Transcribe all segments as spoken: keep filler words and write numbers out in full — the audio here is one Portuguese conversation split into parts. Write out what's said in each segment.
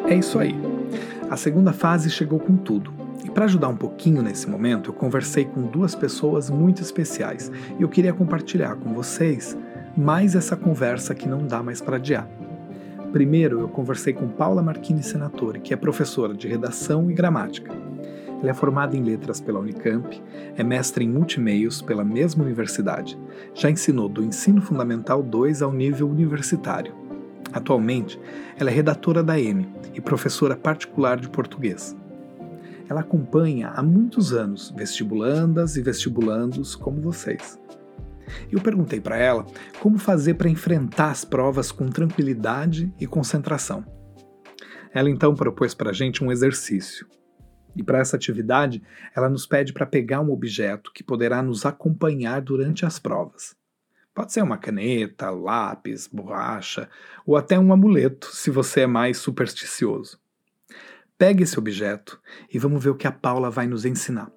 É isso aí. A segunda fase chegou com tudo. E para ajudar um pouquinho nesse momento, eu conversei com duas pessoas muito especiais e eu queria compartilhar com vocês mais essa conversa que não dá mais para adiar. Primeiro, eu conversei com Paula Marchini Senatore, que é professora de redação e gramática. Ela é formada em letras pela Unicamp, é mestre em multimeios pela mesma universidade, já ensinou do ensino fundamental dois ao nível universitário. Atualmente, ela é redatora da M e professora particular de português. Ela acompanha há muitos anos vestibulandas e vestibulandos como vocês. Eu perguntei para ela como fazer para enfrentar as provas com tranquilidade e concentração. Ela então propôs para a gente um exercício. E para essa atividade, ela nos pede para pegar um objeto que poderá nos acompanhar durante as provas. Pode ser uma caneta, lápis, borracha ou até um amuleto, se você é mais supersticioso. Pegue esse objeto e vamos ver o que a Paula vai nos ensinar.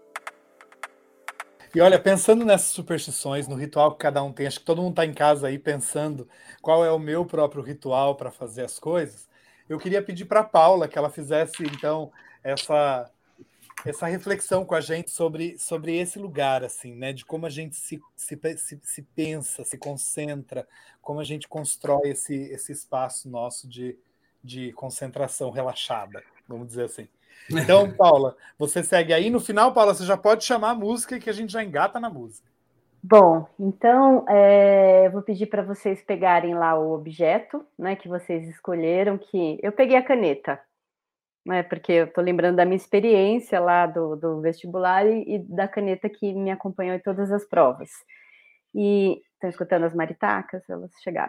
E olha, pensando nessas superstições, no ritual que cada um tem, acho que todo mundo está em casa aí pensando qual é o meu próprio ritual para fazer as coisas, eu queria pedir para a Paula que ela fizesse, então, essa, essa reflexão com a gente sobre, sobre esse lugar, assim, né? De como a gente se, se, se, se pensa, se concentra, como a gente constrói esse, esse espaço nosso de, de concentração relaxada, vamos dizer assim. Então, Paula, você segue aí. No final, Paula, você já pode chamar a música que a gente já engata na música. Bom, então é, eu vou pedir para vocês pegarem lá o objeto, né, que vocês escolheram, que eu peguei a caneta, né, porque eu estou lembrando da minha experiência lá do, do vestibular e, e da caneta que me acompanhou em todas as provas. E estão escutando as maritacas? Elas chegaram.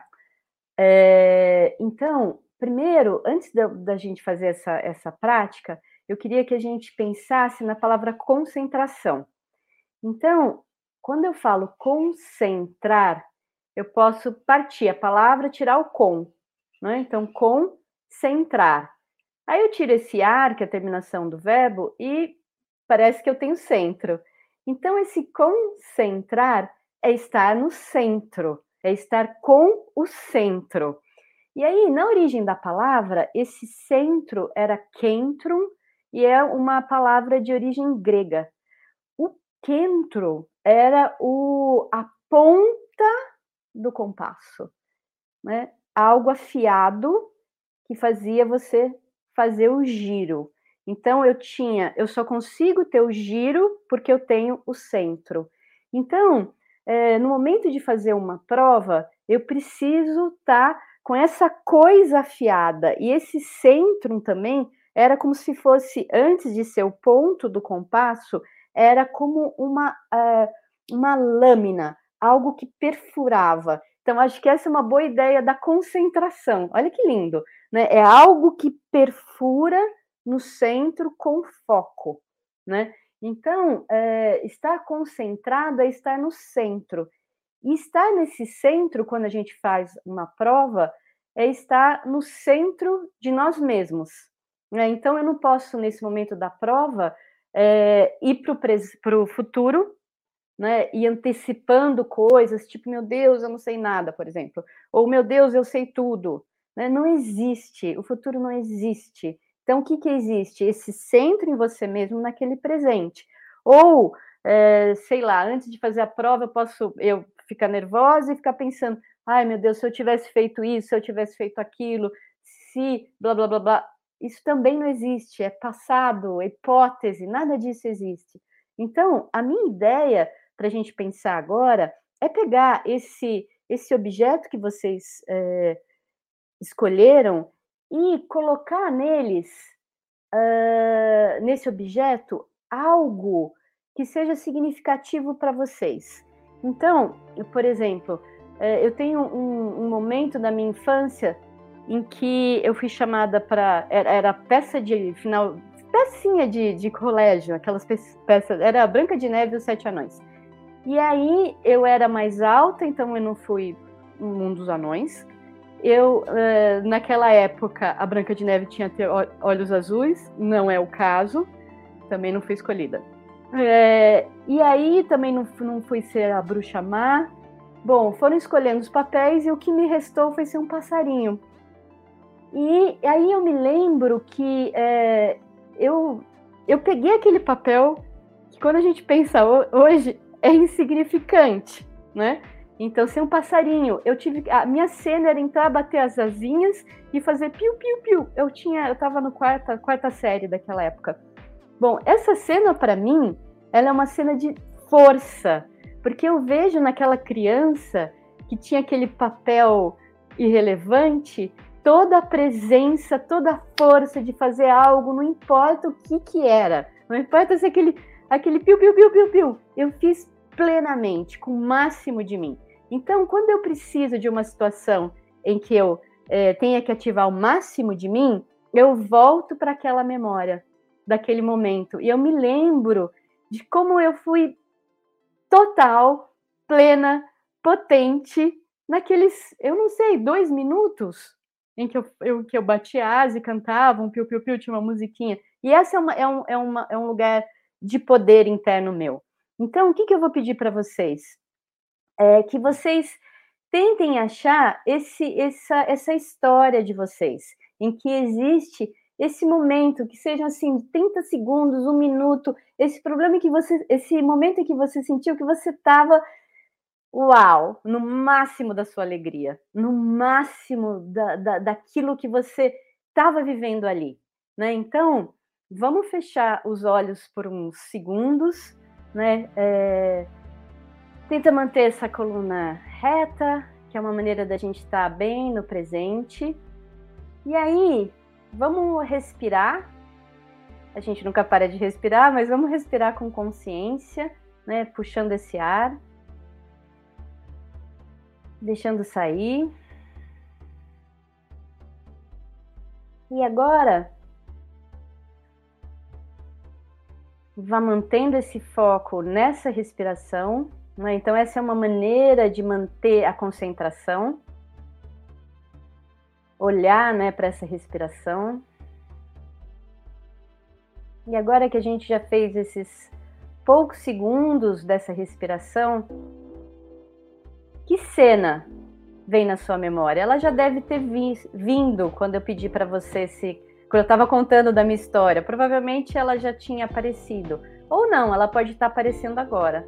É, então, primeiro, antes da, da gente fazer essa, essa prática, eu queria que a gente pensasse na palavra concentração. Então, quando eu falo concentrar, eu posso partir a palavra, tirar o com, né? Então, concentrar. Aí eu tiro esse ar, que é a terminação do verbo, e parece que eu tenho centro. Então, esse concentrar é estar no centro, é estar com o centro. E aí, na origem da palavra, esse centro era kentrum, e é uma palavra de origem grega. O kentro era o, a ponta do compasso, né? Algo afiado que fazia você fazer o giro. Então, eu tinha, eu só consigo ter o giro porque eu tenho o centro. Então, é, no momento de fazer uma prova, eu preciso estar com essa coisa afiada. E esse centro também era como se fosse, antes de ser o ponto do compasso, era como uma, uh, uma lâmina, algo que perfurava. Então, acho que essa é uma boa ideia da concentração. Olha que lindo, né? É algo que perfura no centro com foco, né? Então, é, estar concentrado é estar no centro. E estar nesse centro, quando a gente faz uma prova, é estar no centro de nós mesmos, né? Então, eu não posso, nesse momento da prova, é, ir para o futuro, né, e antecipando coisas, tipo, meu Deus, eu não sei nada, por exemplo, ou meu Deus, eu sei tudo, né? Não existe, o futuro não existe. Então, o que que existe? Esse centro em você mesmo naquele presente. Ou, é, sei lá, antes de fazer a prova, eu posso eu ficar nervosa e ficar pensando, ai, meu Deus, se eu tivesse feito isso, se eu tivesse feito aquilo, se blá, blá, blá, blá. Isso também não existe, é passado, é hipótese, nada disso existe. Então, a minha ideia para a gente pensar agora é pegar esse, esse objeto que vocês é, escolheram e colocar neles, uh, nesse objeto, algo que seja significativo para vocês. Então, eu, por exemplo, é, eu tenho um, um momento da minha infância em que eu fui chamada para... Era, era peça de final... Pecinha de, de colégio, aquelas peças... Era a Branca de Neve e os Sete Anões. E aí eu era mais alta, então eu não fui um dos anões. Eu, uh, naquela época, a Branca de Neve tinha ter olhos azuis, não é o caso, também não fui escolhida. É, e aí também não, não fui ser a Bruxa Má. Bom, foram escolhendo os papéis e o que me restou foi ser um passarinho. E aí eu me lembro que é, eu, eu peguei aquele papel que quando a gente pensa hoje é insignificante, né? Então, ser um passarinho, eu tive, a minha cena era entrar, bater as asinhas e fazer piu-piu-piu. Eu tinha, eu estava no quarta, quarta série daquela época. Bom, essa cena para mim, ela é uma cena de força, porque eu vejo naquela criança que tinha aquele papel irrelevante, toda a presença, toda a força de fazer algo, não importa o que que era, não importa se aquele, aquele piu-piu-piu-piu-piu, eu fiz plenamente, com o máximo de mim. Então, quando eu preciso de uma situação em que eu é, tenha que ativar o máximo de mim, eu volto para aquela memória daquele momento. E eu me lembro de como eu fui total, plena, potente, naqueles, eu não sei, dois minutos em que eu, eu, que eu bati asa e cantava, um piu-piu-piu, tinha uma musiquinha. E esse é, uma, é, um, é, uma, é um lugar de poder interno meu. Então, o que, que eu vou pedir para vocês? É que vocês tentem achar esse, essa, essa história de vocês, em que existe esse momento, que sejam assim, trinta segundos, um minuto, esse problema que você, esse momento em que você sentiu que você estava, uau, no máximo da sua alegria, no máximo da, da, daquilo que você estava vivendo ali, né? Então, vamos fechar os olhos por uns segundos, né? É... Tenta manter essa coluna reta, que é uma maneira da gente estar bem no presente. E aí, vamos respirar. A gente nunca para de respirar, mas vamos respirar com consciência, né? Puxando esse ar. Deixando sair. E agora, vá mantendo esse foco nessa respiração. Então, essa é uma maneira de manter a concentração, olhar, né, para essa respiração. E agora que a gente já fez esses poucos segundos dessa respiração, que cena vem na sua memória? Ela já deve ter vi- vindo quando eu pedi para você se... Quando eu estava contando da minha história, provavelmente ela já tinha aparecido. Ou não, ela pode estar aparecendo agora.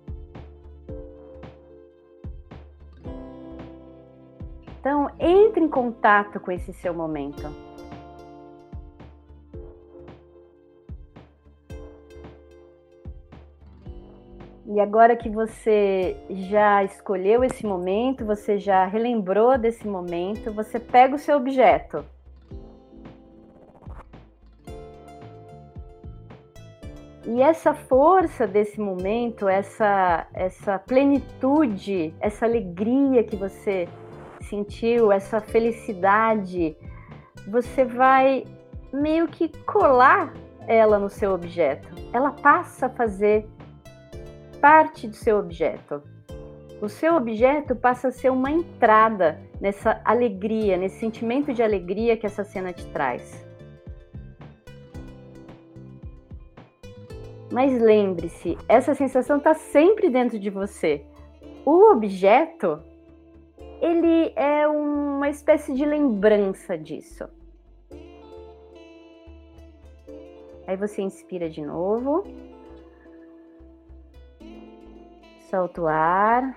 Então, entre em contato com esse seu momento. E agora que você já escolheu esse momento, você já relembrou desse momento, você pega o seu objeto. E essa força desse momento, essa, essa plenitude, essa alegria que você sentiu, essa felicidade, você vai meio que colar ela no seu objeto. Ela passa a fazer parte do seu objeto. O seu objeto passa a ser uma entrada nessa alegria, nesse sentimento de alegria que essa cena te traz. Mas lembre-se, essa sensação está sempre dentro de você. O objeto, ele é uma espécie de lembrança disso. Aí você inspira de novo. Solta o ar.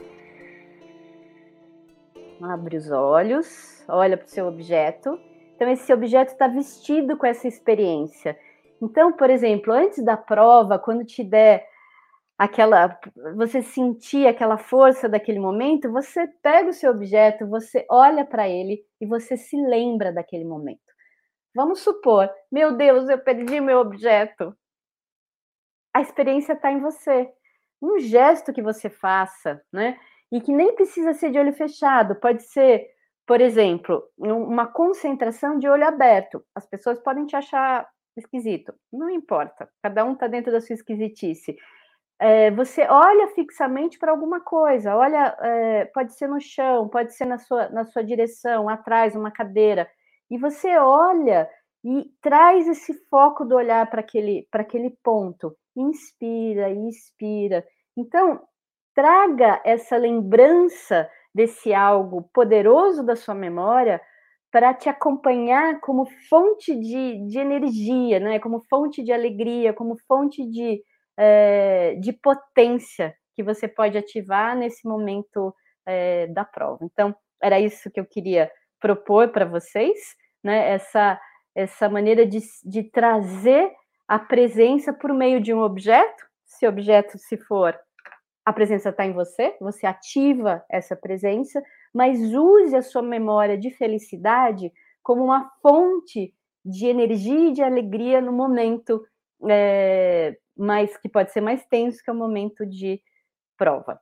Abre os olhos. Olha para o seu objeto. Então, esse objeto está vestido com essa experiência. Então, por exemplo, antes da prova, quando te der aquela, você sentir aquela força daquele momento, você pega o seu objeto, você olha para ele e você se lembra daquele momento. Vamos supor, meu Deus, eu perdi meu objeto. A experiência está em você. Um gesto que você faça, né? E que nem precisa ser de olho fechado, pode ser, por exemplo, uma concentração de olho aberto. As pessoas podem te achar esquisito, não importa, cada um está dentro da sua esquisitice. É, você olha fixamente para alguma coisa, olha, é, pode ser no chão, pode ser na sua, na sua direção, atrás, uma cadeira, e você olha e traz esse foco do olhar para aquele, para aquele ponto, inspira e expira. Então, traga essa lembrança desse algo poderoso da sua memória para te acompanhar como fonte de, de energia, né? Como fonte de alegria, como fonte de, é, de potência que você pode ativar nesse momento é, da prova. Então, era isso que eu queria propor para vocês, né? Essa, essa maneira de, de trazer a presença por meio de um objeto. Se o objeto, se for, a presença está em você, você ativa essa presença, mas use a sua memória de felicidade como uma fonte de energia e de alegria no momento é, mais, que pode ser mais tenso, que é o momento de prova.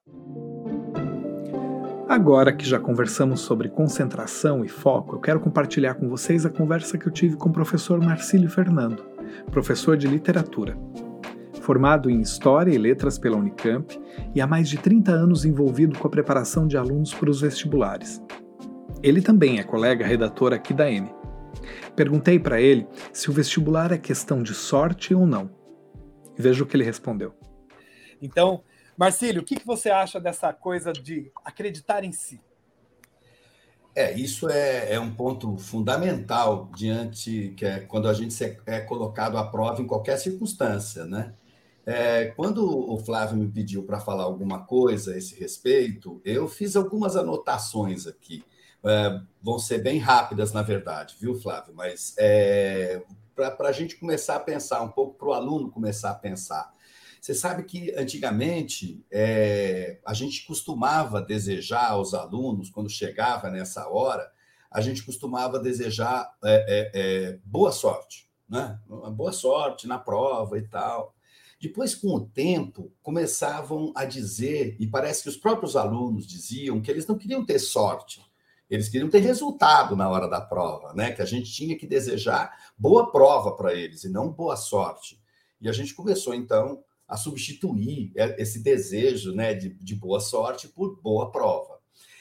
Agora que já conversamos sobre concentração e foco, eu quero compartilhar com vocês a conversa que eu tive com o professor Marcílio Fernando, professor de literatura. Formado em História e Letras pela Unicamp e há mais de trinta anos envolvido com a preparação de alunos para os vestibulares. Ele também é colega redator aqui da N. Perguntei para ele se o vestibular é questão de sorte ou não. Veja o que ele respondeu. Então, Marcílio, o que você acha dessa coisa de acreditar em si? É, isso é, é um ponto fundamental diante que é quando a gente é colocado à prova em qualquer circunstância, né? É, quando o Flávio me pediu para falar alguma coisa a esse respeito, eu fiz algumas anotações aqui. É, vão ser bem rápidas, na verdade, viu, Flávio? Mas é, para a gente começar a pensar um pouco, para o aluno começar a pensar. Você sabe que, antigamente, é, a gente costumava desejar aos alunos, quando chegava nessa hora, a gente costumava desejar é, é, é, boa sorte, né? Uma boa sorte na prova e tal. Depois, com o tempo, começavam a dizer, e parece que os próprios alunos diziam, que eles não queriam ter sorte, eles queriam ter resultado na hora da prova, né? Que a gente tinha que desejar boa prova para eles, e não boa sorte. E a gente começou, então, a substituir esse desejo, né, de, de boa sorte por boa prova.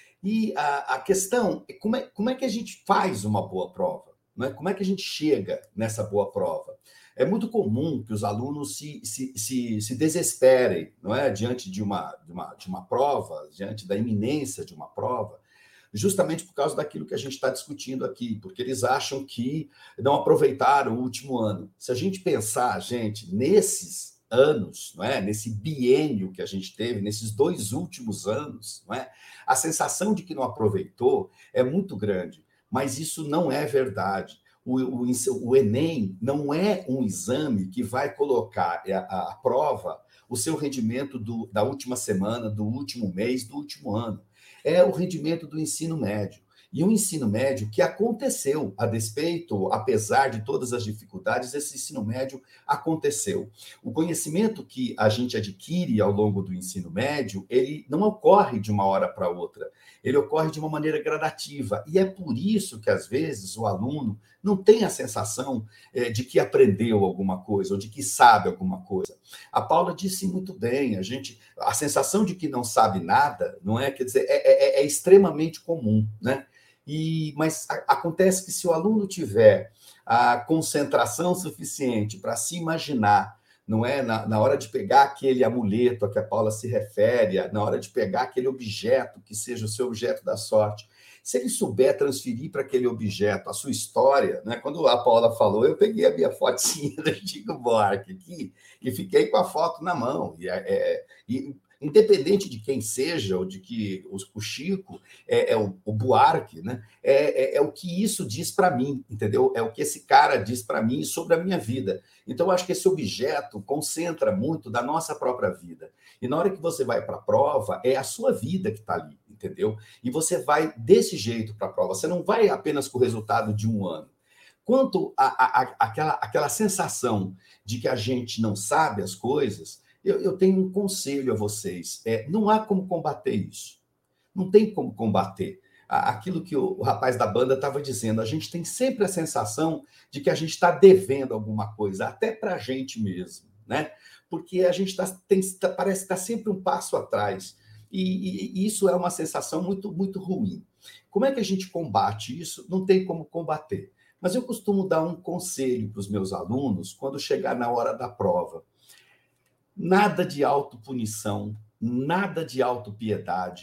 E a, a questão é como, é como é que a gente faz uma boa prova? Né? Como é que a gente chega nessa boa prova? É muito comum que os alunos se, se, se, se desesperem, não é? Diante de uma, de, uma, de uma prova, diante da iminência de uma prova, justamente por causa daquilo que a gente está discutindo aqui, porque eles acham que não aproveitaram o último ano. Se a gente pensar, gente, nesses anos, não é? Nesse biênio que a gente teve, nesses dois últimos anos, não é? A sensação de que não aproveitou é muito grande, mas isso não é verdade. O, o, o Enem não é um exame que vai colocar à prova o seu rendimento do, da última semana, do último mês, do último ano. É o rendimento do ensino médio. E um ensino médio que aconteceu, a despeito, apesar de todas as dificuldades, esse ensino médio aconteceu. O conhecimento que a gente adquire ao longo do ensino médio, ele não ocorre de uma hora para outra, ele ocorre de uma maneira gradativa. E é por isso que, às vezes, o aluno não tem a sensação é, de que aprendeu alguma coisa, ou de que sabe alguma coisa. A Paula disse muito bem, a gente, a sensação de que não sabe nada, não é? Quer dizer, é, é, é extremamente comum, né? E, mas a, acontece que se o aluno tiver a concentração suficiente para se imaginar, não é? Na, na hora de pegar aquele amuleto a que a Paula se refere, na hora de pegar aquele objeto que seja o seu objeto da sorte, se ele souber transferir para aquele objeto a sua história, né? Quando a Paula falou, eu peguei a minha fotinha do Chico Buarque aqui e fiquei com a foto na mão. E, é, e independente de quem seja, ou de que o Chico é, é o, o Buarque, né? É, é, é o que isso diz para mim, entendeu? É o que esse cara diz para mim sobre a minha vida. Então, eu acho que esse objeto concentra muito da nossa própria vida. E na hora que você vai para a prova, é a sua vida que está ali, entendeu? E você vai desse jeito para a prova. Você não vai apenas com o resultado de um ano. Quanto àquela aquela sensação de que a gente não sabe as coisas, Eu, eu tenho um conselho a vocês. É, não há como combater isso. Não tem como combater. Aquilo que o, o rapaz da banda estava dizendo, a gente tem sempre a sensação de que a gente está devendo alguma coisa, até para a gente mesmo, né? Porque a gente tá, tem, tá, parece estar tá sempre um passo atrás. E, e, e isso é uma sensação muito, muito ruim. Como é que a gente combate isso? Não tem como combater. Mas eu costumo dar um conselho para os meus alunos quando chegar na hora da prova. Nada de autopunição, nada de autopiedade.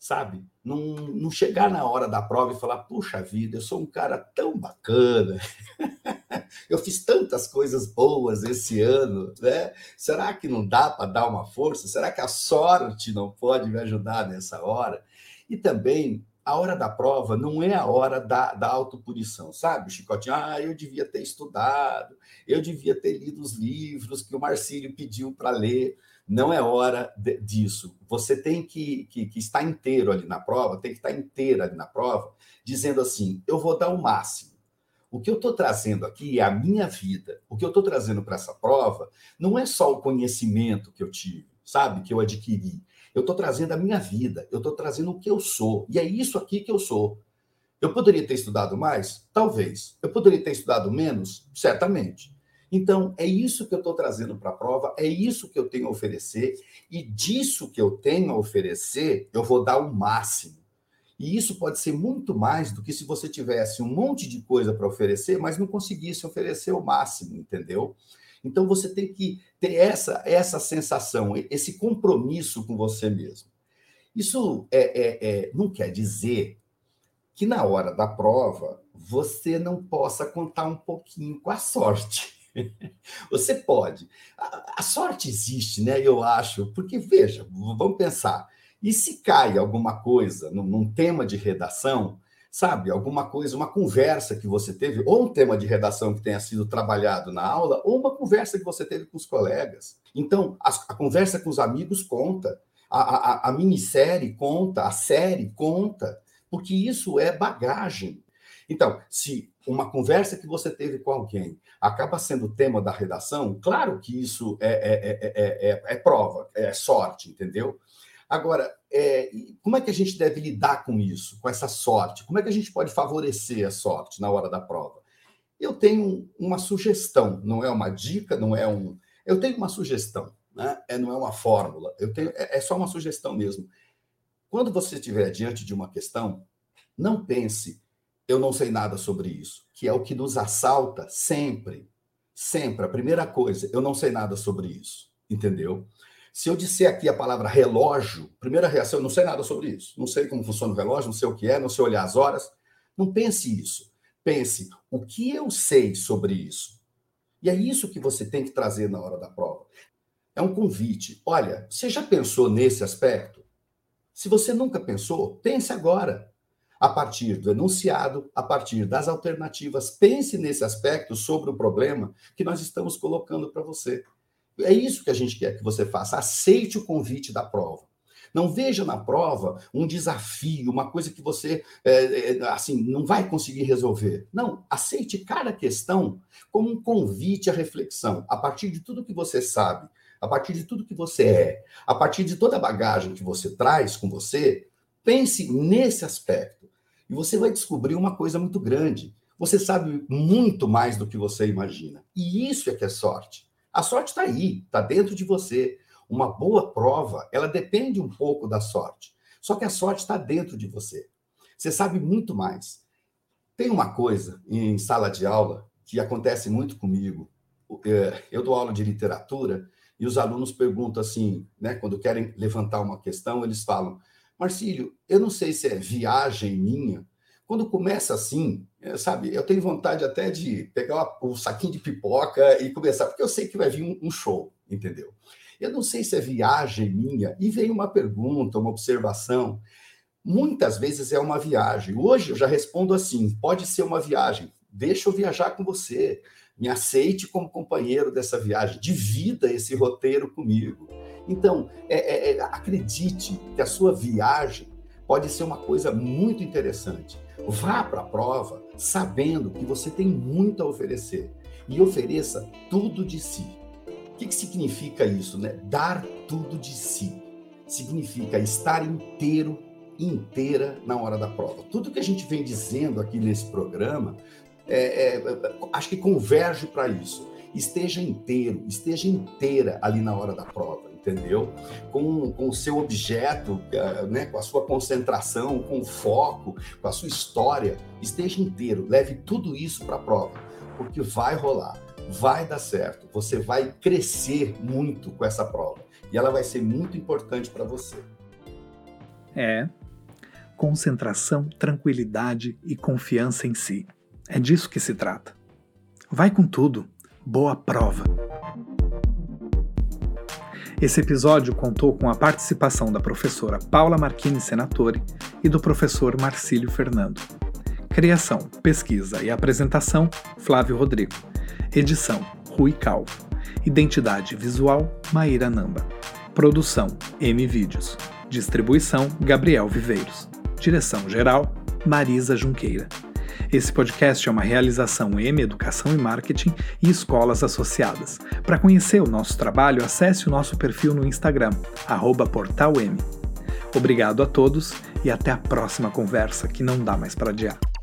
sabe? Não, não chegar na hora da prova e falar, puxa vida, eu sou um cara tão bacana, eu fiz tantas coisas boas esse ano, né? Será que não dá para dar uma força? Será que a sorte não pode me ajudar nessa hora? E também, a hora da prova não é a hora da, da autopunição, sabe, Chicotinho? Ah, eu devia ter estudado, eu devia ter lido os livros que o Marcílio pediu para ler. Não é hora de, disso. Você tem que, que, que estar inteiro ali na prova, tem que estar inteira ali na prova, dizendo assim, eu vou dar o máximo. O que eu estou trazendo aqui é a minha vida. O que eu estou trazendo para essa prova não é só o conhecimento que eu tive, sabe, que eu adquiri. Eu estou trazendo a minha vida, eu estou trazendo o que eu sou. E é isso aqui que eu sou. Eu poderia ter estudado mais? Talvez. Eu poderia ter estudado menos? Certamente. Então, é isso que eu estou trazendo para a prova, é isso que eu tenho a oferecer, e disso que eu tenho a oferecer, eu vou dar o máximo. E isso pode ser muito mais do que se você tivesse um monte de coisa para oferecer, mas não conseguisse oferecer o máximo, entendeu? Então, você tem que ter essa, essa sensação, esse compromisso com você mesmo. Isso é, é, é, não quer dizer que na hora da prova você não possa contar um pouquinho com a sorte. Você pode. A, a sorte existe, né? Eu acho, porque, veja, vamos pensar, e se cai alguma coisa num, num tema de redação, sabe, alguma coisa, uma conversa que você teve, ou um tema de redação que tenha sido trabalhado na aula, ou uma conversa que você teve com os colegas. Então, a, a conversa com os amigos conta, a, a, a minissérie conta, a série conta, porque isso é bagagem. Então, se uma conversa que você teve com alguém acaba sendo o tema da redação, claro que isso é, é, é, é, é prova, é sorte, entendeu? Agora, é, como é que a gente deve lidar com isso, com essa sorte? Como é que a gente pode favorecer a sorte na hora da prova? Eu tenho uma sugestão, não é uma dica, não é um... Eu tenho uma sugestão, né? É, não é uma fórmula, eu tenho, é, é só uma sugestão mesmo. Quando você estiver diante de uma questão, não pense, eu não sei nada sobre isso, que é o que nos assalta sempre, sempre. A primeira coisa, eu não sei nada sobre isso, entendeu? Se eu disser aqui a palavra relógio, primeira reação, eu não sei nada sobre isso. Não sei como funciona o relógio, não sei o que é, não sei olhar as horas. Não pense isso. Pense, o que eu sei sobre isso? E é isso que você tem que trazer na hora da prova. É um convite. Olha, você já pensou nesse aspecto? Se você nunca pensou, pense agora. A partir do enunciado, a partir das alternativas, pense nesse aspecto sobre o problema que nós estamos colocando para você. É isso que a gente quer que você faça. Aceite o convite da prova. Não veja na prova um desafio, uma coisa que você é, é, assim, não vai conseguir resolver. Não, aceite cada questão como um convite à reflexão. A partir de tudo que você sabe, a partir de tudo que você é, a partir de toda a bagagem que você traz com você, pense nesse aspecto. E você vai descobrir uma coisa muito grande. Você sabe muito mais do que você imagina. E isso é que é sorte. A sorte está aí, está dentro de você. Uma boa prova, ela depende um pouco da sorte. Só que a sorte está dentro de você. Você sabe muito mais. Tem uma coisa em sala de aula que acontece muito comigo. Eu dou aula de literatura e os alunos perguntam assim, né, quando querem levantar uma questão, eles falam, Marcílio, eu não sei se é viagem minha. Quando começa assim, sabe, eu tenho vontade até de pegar o saquinho de pipoca e começar, porque eu sei que vai vir um, um show, entendeu? Eu não sei se é viagem minha, e vem uma pergunta, uma observação. Muitas vezes é uma viagem. Hoje eu já respondo assim, pode ser uma viagem, deixa eu viajar com você, me aceite como companheiro dessa viagem, divida esse roteiro comigo. Então, é, é, acredite que a sua viagem pode ser uma coisa muito interessante. Vá para a prova sabendo que você tem muito a oferecer e ofereça tudo de si. O que, que significa isso, né? Dar tudo de si. Significa estar inteiro, inteira na hora da prova. Tudo que a gente vem dizendo aqui nesse programa, é, é, acho que converge para isso. Esteja inteiro, esteja inteira ali na hora da prova, entendeu? Com, com o seu objeto, né? Com a sua concentração, com o foco, com a sua história, esteja inteiro, leve tudo isso para a prova, porque vai rolar, vai dar certo, você vai crescer muito com essa prova, e ela vai ser muito importante para você. É, concentração, tranquilidade e confiança em si. É disso que se trata. Vai com tudo. Boa prova! Esse episódio contou com a participação da professora Paula Marchini Senatore e do professor Marcílio Fernando. Criação, pesquisa e apresentação, Flávio Rodrigo. Edição, Rui Calvo. Identidade visual, Maíra Namba. Produção, M Vídeos. Distribuição, Gabriel Viveiros. Direção-geral, Marisa Junqueira. Esse podcast é uma realização M Educação e Marketing e Escolas Associadas. Para conhecer o nosso trabalho, acesse o nosso perfil no Instagram, arroba portal M. Obrigado a todos e até a próxima conversa que não dá mais para adiar.